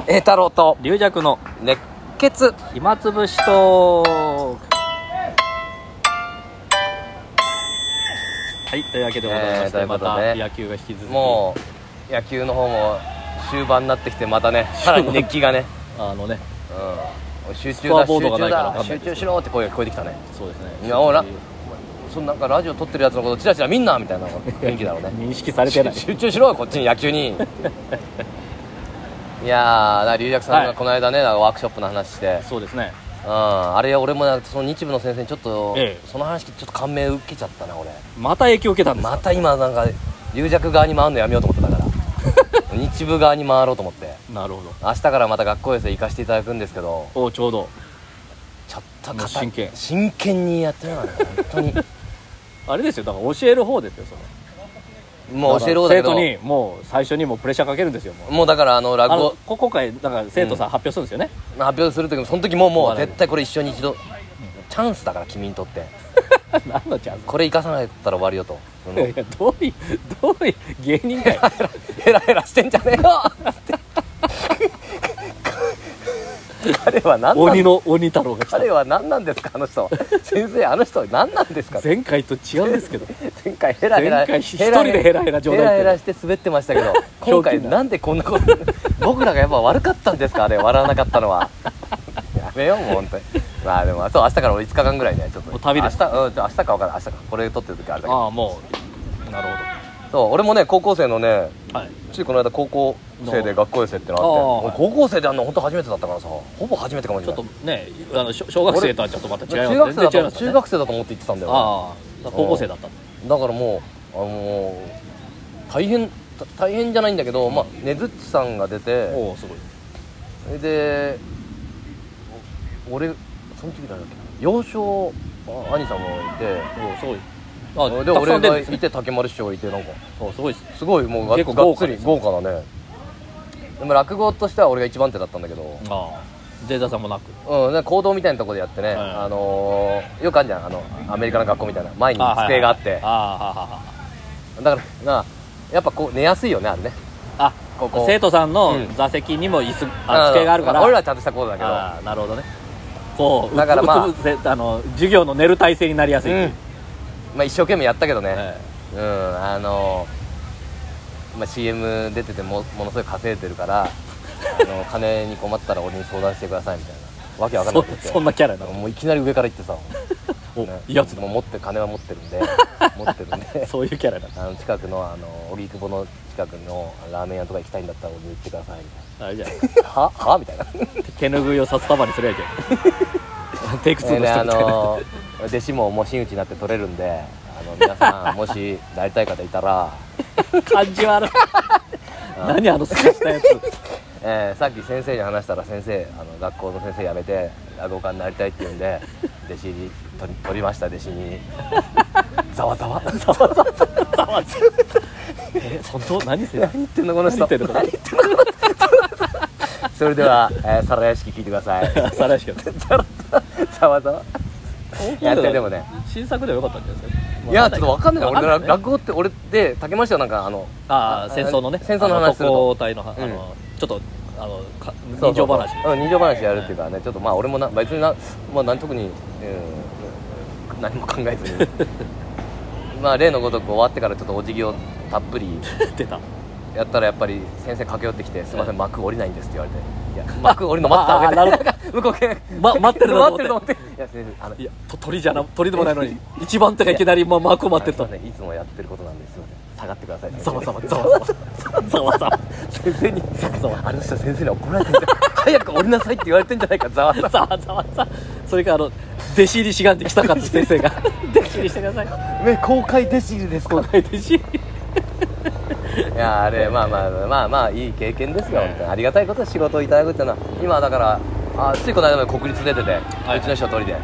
栄太郎と龍尺の熱血暇つぶしトーク。はい、というわけでございまして、また野球が引き続きもう野球の方も終盤になってきて、またねさらに熱気がね集中だ集中しろって声が聞こえてきたね。 そうですね。 いやそのなんかラジオ撮ってるやつのことチラチラ見んなみたいな雰囲気だろうね認識されてない。 集中しろよこっちに、野球にいやー、龍尺さんがこの間ね、ワークショップの話して、 そうですね。 あれ俺もその日舞の先生にちょっと、その話ちょっと感銘受けちゃったな俺。 また影響受けたんですか。 また今なんか龍尺側に回るのやめようと思ってたから日舞側に回ろうと思って。 なるほど。 明日からまた学校衛生行かせていただくんですけど、 ちょうどちょっと真剣にやってるからね本当にあれですよ、だから教える方ですよ。それもう教える方だけど、 生徒にもう最初にもうプレッシャーかけるんですよ。 もうだから落語今回だから生徒さん発表するんですよね。 発表する時もその時もう絶対これ一生に一度チャンスだから君にとって何のチャンス。 これ生かさないったら終わりよと。 いやどういう芸人かよヘラヘラしてんじゃねえよ彼は何なん鬼太郎が来た。 彼は何なんですかあの人先生、あの人は何なんですか。 前回と違うんですけど前回一人でヘラヘラ冗談ヘラヘラして滑ってましたけど今回なんでこんなこと僕らがやっぱ悪かったんですか、あれ笑わなかったのはやめようもう本当に。まあでもそう、明日から俺5日間ぐらいねちょっと旅です。 明日か分からない。明日かこれ撮ってる時あれだけど。 ああもうなるほど。 そう俺もね高校生のね、ついこの間高校生で学校衛生ってのあって、高校生であんの本当初めてだったからさ、ほぼ初めてかもしれない。 ちょっとね小学生とはちょっとまた違います。 中学生だと思って言ってたんだよ。 ああ高校生だった。 だからもう大変じゃないんだけど、まあねずっちさんが出て、 すごい。 それで俺その時誰だっけ、幼少兄さんもいて、 すごい。 で俺がいて竹丸師匠がいて、なんかすごいもうがっつり豪華だね。でも落語としては俺が一番手だったんだけど、 前座さんもなく講堂みたいなところでやってね、よくあるじゃんアメリカの学校みたいな前に机があって、だからやっぱこう寝やすいよねあれね。 生徒さんの座席にも椅子机があるから、 俺らはちゃんとしたことだけど。 なるほどね。こうだからまあ授業の寝る体勢になりやすい。 一生懸命やったけどね、CM 出ててものすごい稼いでるから金に困ったら俺に相談してくださいみたいなわけわかんなくて、 そんなキャラなの。 もういきなり上から言ってさいやつだ、 もう金は持ってるんでそういうキャラだ。 近くの荻窪の近くのラーメン屋とか行きたいんだったら俺に言ってくださいみたいな。 あれじゃないはみたいな手拭いを札束にするやけテイク2の人みたいな。 弟子も真打ちになって取れるんで、皆さんもしなりたい方いたら感じ悪い何すかしたやつさっき先生に話したら、先生学校の先生辞めて落語家になりたいって言うんで弟子に取りました。弟子にざわざわ本当何言ってんのこの人。何言ってんのそれでは皿屋敷聞いてください。 皿屋敷ざわざわやってでもね、 新作ではよかったんじゃないですか。 いやちょっと分かんない。俺落語って俺で竹増はなんか戦争のね、 戦争の話すると特攻隊のちょっと人情話やるっていうかね、ちょっとまあ俺も別に特に何も考えずにまあ例のごとく終わってからちょっとお辞儀をたっぷり出たやったら、やっぱり先生駆け寄ってきて、すいません幕降りないんですって言われて、いや幕降りるの待ってたわけで向こう待ってると思って、 いや先生いや鳥でもないのに一番手がいきなり幕を待ってると、 いつもやってることなんです。すいません下がってください。 ざわざわ先生にあの人先生に怒られてんじゃん早く降りなさいって言われてんじゃないか。ざわそれから弟子入りしがんできたかった先生が弟子入りしてください。 公開弟子入りです。 公開弟子入りいやあれまあいい経験ですよ、ありがたいことで仕事をいただくっていうのは。今だからついこの間まで国立出てて、うちの人通りで、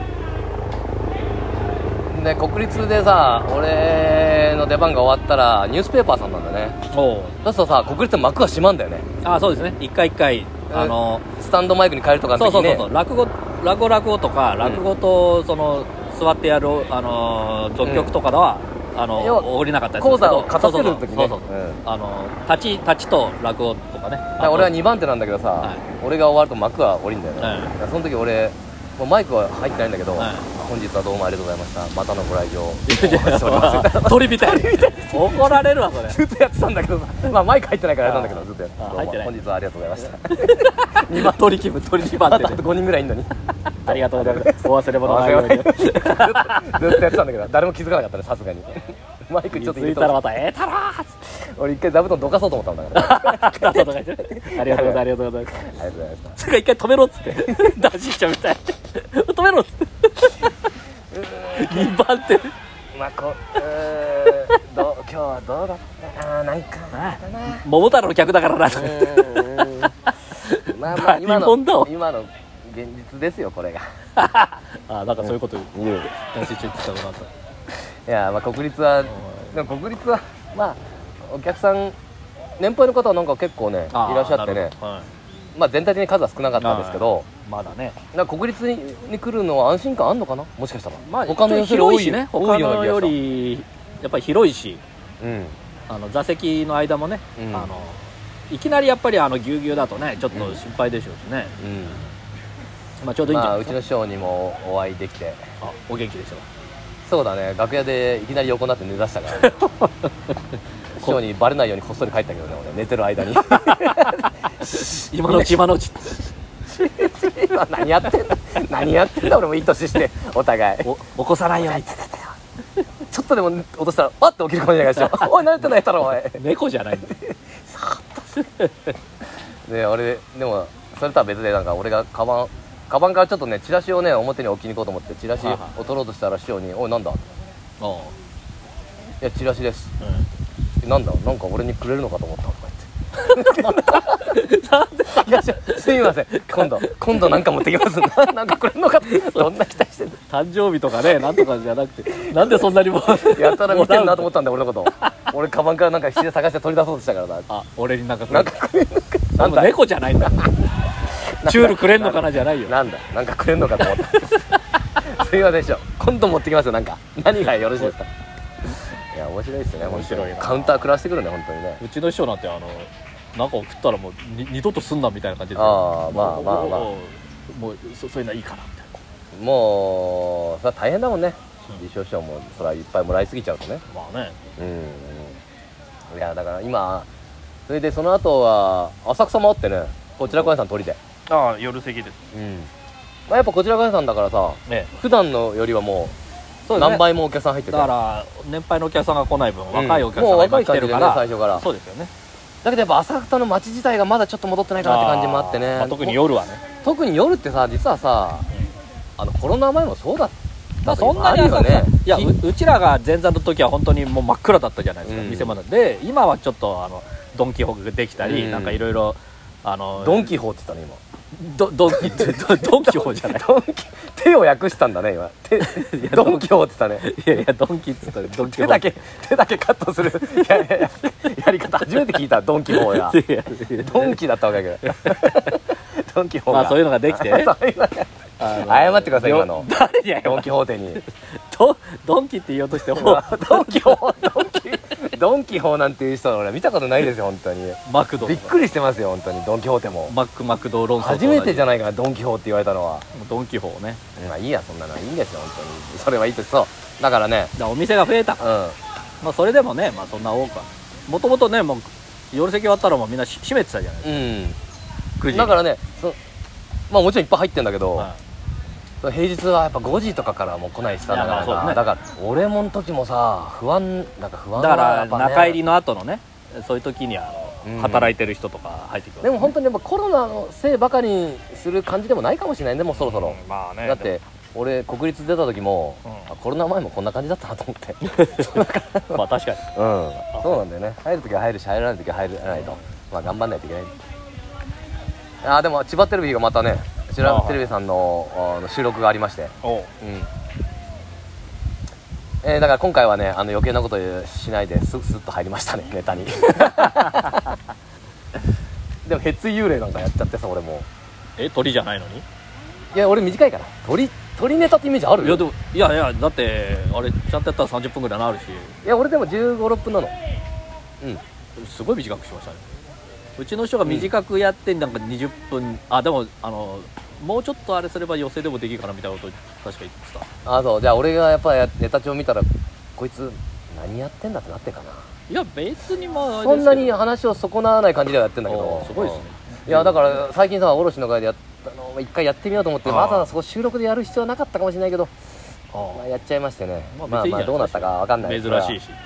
で国立でさ、俺の出番が終わったらニュースペーパーさんなんだね。だとさ国立って幕が閉まんだよね。 そうですね。一回スタンドマイクに変えるとかの時にね、 そう落語とか落語と座ってやる俗曲とかでは要は降りなかったりするんですけど、 講座を勝たせる時ねそううん立ちと落語とかね。 だから俺は2番手なんだけどさ、 はい俺が終わると幕が降りんだよね、 はいだからその時俺もうマイクは入ってないんだけど、 はい本日はどうもありがとうございました、またのご来場おい待ちしております鳥みたい怒られるわそれ。 ずっとやってたんだけどさ、まあマイク入ってないからあれなんだけどずっとやってどうも入ってない本日はありがとうございました 2番鳥気分鳥2番あと手で 5人ぐらいいんのにありがとうございます。お忘れ物ないように。 ずっとやってたんだけど誰も気づかなかったねさすがにマイクちょっと入れて気づいたらまた「太郎!」 俺一回座布団どかそうと思ったんだから来たとか言ってありがとうございますありがとうございます。 ありがとうございましたつか一回止めろっつって出ししちゃうみたい止めろっつって2番手まあ今日はどうだったなんかあったな桃太郎の客だからなとか言ってまあまあ今何者だの現実ですよこれがなんかそういうこと言う男子中言ってたのかなと。 いやまあ国立はでも国立はまあお客さん年配の方はなんか結構ねいらっしゃってね、まあ全体的に数は少なかったんですけど、 まだね、 なんか国立に来るのは安心感あんのかなもしかしたら、 まあ他の広いしね、 多他のよいような気がしたりやっぱり広いし、 うん座席の間もね、 うんいきなりやっぱりぎゅうぎゅうだとねちょっと心配でしょうしね、まあちょうどいいんじゃないですか。 まあうちの師匠にもお会いできてお元気でしょそうだね楽屋でいきなり横になって寝だしたからね師匠にバレないようにこっそり帰ったけどね俺寝てる間に今のうち今のうち何やってんだ俺もいい年してお互い起こさないようにちょっとでも落としたらパッて起きるかもしれないから師匠おい何やってんだやったらおい猫じゃないんだで俺でもそれとは別でなんか俺がカバンからちょっとねチラシをね表に置きに行こうと思ってチラシを取ろうとしたら師匠に「おいなんだ?」 おういやチラシです」なんだなんか俺にくれるのかと思った」とか言っていやすみません今度なんか持ってきますなんかくれるのかどんな期待してんの誕生日とかねなんとかじゃなくてなんでそんなにもやたら見てるなと思ったんだよ俺のこと俺カバンからなんか必死で探して取り出そうとしたからな俺になんかくれるなんかくれるのかなんだ猫じゃないんだチュールくれんのかなじゃないよなんかくれるのかと思ったすみません師匠今度持ってきますよなんか何がよろしいですかいや面白いですね面白いなカウンター食らしてくるね本当にねうちの師匠なんてなんか送ったらもう二度とすんなみたいな感じでまあもうそういうのはいいかなみたいなもうそれは大変だもんね李承師匠もそれはいっぱいもらいすぎちゃうとねまあねいやだから今それでその後は浅草もあってねこちら小屋さん鳥で夜席ですまあやっぱこちら小屋さんだからさ普段のよりはもう何倍もお客さん入っててだから年配のお客さんが来ない分若いお客さんもうが今若い感じでね来てるから最初からそうですよねだけどやっぱ浅草の街自体がまだちょっと戻ってないかなって感じもあってね特に夜はね特に夜ってさ実はさコロナ前もそうだったそんなにあるよねいやうちらが前座の時は本当にもう真っ暗だったじゃないですか店までで今はちょっとドン・キホーができたりなんかいろいろドン・キホーって言ったね今ドンキホーじゃない手を訳したんだね今ドンキホーって言ったねいやドンキって言ったらドンキホー手だけカットするやり方初めて聞いたドンキホーがドンキだったわけだけどドンキホーがまあそういうのができて謝ってください今の誰に謝るドンキホーテにドンキって言おうとしてドンキホーなんていう人は俺見たことないですよ本当にマクドびっくりしてますよ本当にドンキホーテもマクド論争初めてじゃないかなドンキホーって言われたのはドンキホーねまあいいやそんなのいいんですよ本当にそれはいいとしそうだからねお店が増えたまあそれでもねまあそんな多くはもともとねもう夜席終わったらもうみんな閉めてたじゃないですかだからねまあもちろんいっぱい入ってんだけど平日はやっぱ5時とかからもう来ないしさだから俺もの時もさ不安だから中入りの後のねそういう時に働いてる人とか入ってくるでも本当にやっぱコロナのせいばかりにする感じでもないかもしれないねもうそろそろまあねだって俺国立出た時もコロナ前もこんな感じだったなと思ってまあ確かにそうなんだよね入る時は入るし入らない時は入らないとまあ頑張んないといけないでも千葉テレビがまたね千葉テレビさんの収録がありましてだから今回はね余計なことしないでスッと入りましたねネタにでもヘッツ幽霊なんかやっちゃってさ俺も鳥じゃないのにいや俺短いから鳥鳥ネタってイメージある？ いやでもいやだってあれちゃんとやったら30分ぐらいなるし、 いや俺でも15、6分なの。 すごい短くしましたね。うちの人が短くやってなんか20分、でももうちょっとあれすれば寄せでもできるかなみたいなこと確か言ってた。 そう、じゃあ俺がやっぱりネタ帳見たらこいつ何やってんだってなってんかな。 いや別にまあそんなに話を損なわない感じではやってんだけど、 すごいですね。 いやだから最近さ卸の会でやったのを一回やってみようと思って、わざわざそこ収録でやる必要はなかったかもしれないけど、やっちゃいましてね。まあどうなったかわかんない。 珍しいし。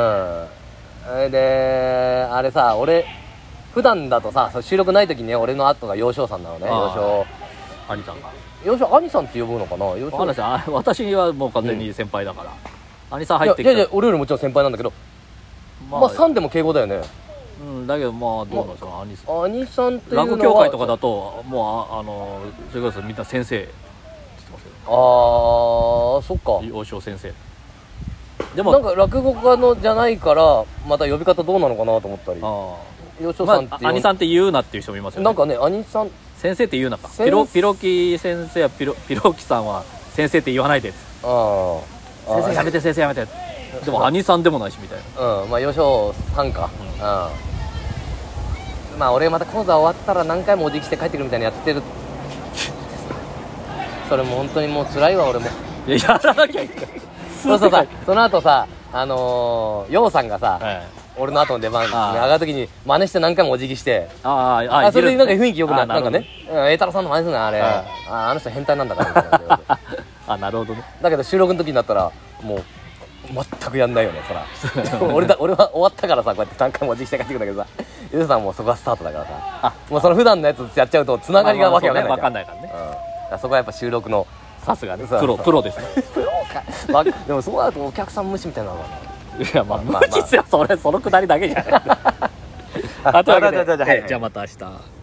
であれさ、俺普段だとさ収録ない時にね、俺の後が陽翔さんなのね。陽翔兄さんが陽翔兄さんって呼ぶのかな。陽翔私はもう完全に先輩だから、兄さん入ってきた。 いや俺よりもちろん先輩なんだけど、まあ3でも敬語だよね。 だけどまあどうなんですか、 兄さんっていうのは落語協会とかだともうそれこそみんな先生って言ってますよ。 そっか。 陽翔先生でもなんか落語家のじゃないからまた呼び方どうなのかなと思ったり。陽翔さんって、 兄さんって言うなっていう人もいますよね。 なんかね、兄さん先生って言うなか。ピロキ先生やピロキさんは先生って言わないでっつって、先生やめて先生やめて。でも兄さんでもないしみたいな。 まあ陽翔さんか。まあ俺また講座終わったら何回もお辞儀して帰ってくるみたいなやってるそれも本当にもう辛いわ俺も。 いややらなきゃいけない。 そうその後さ陽さんがさ、俺の後の出番に上がる時に真似して何回もお辞儀して、それでなんか雰囲気よくなって、なんかね、栄太郎さんの真似するなあれ、あの人変態なんだからみたいな。 なるほどね。 だけど収録の時になったらもう全くやんないよねそら。俺は終わったからさこうやって何回もお辞儀して帰ってくるんだけどさ、ゆうさんもそこがスタートだからさ、もうその普段のやつやっちゃうとつながりがわけわかんない。 わかんないからね。 そこはやっぱ収録のさすがね、プロですね。 プロか。でもそうだとお客さん無視みたいなのかな。 いやまあ無視っすよ、そのくだりだけじゃない。というわけでじゃあまた明日。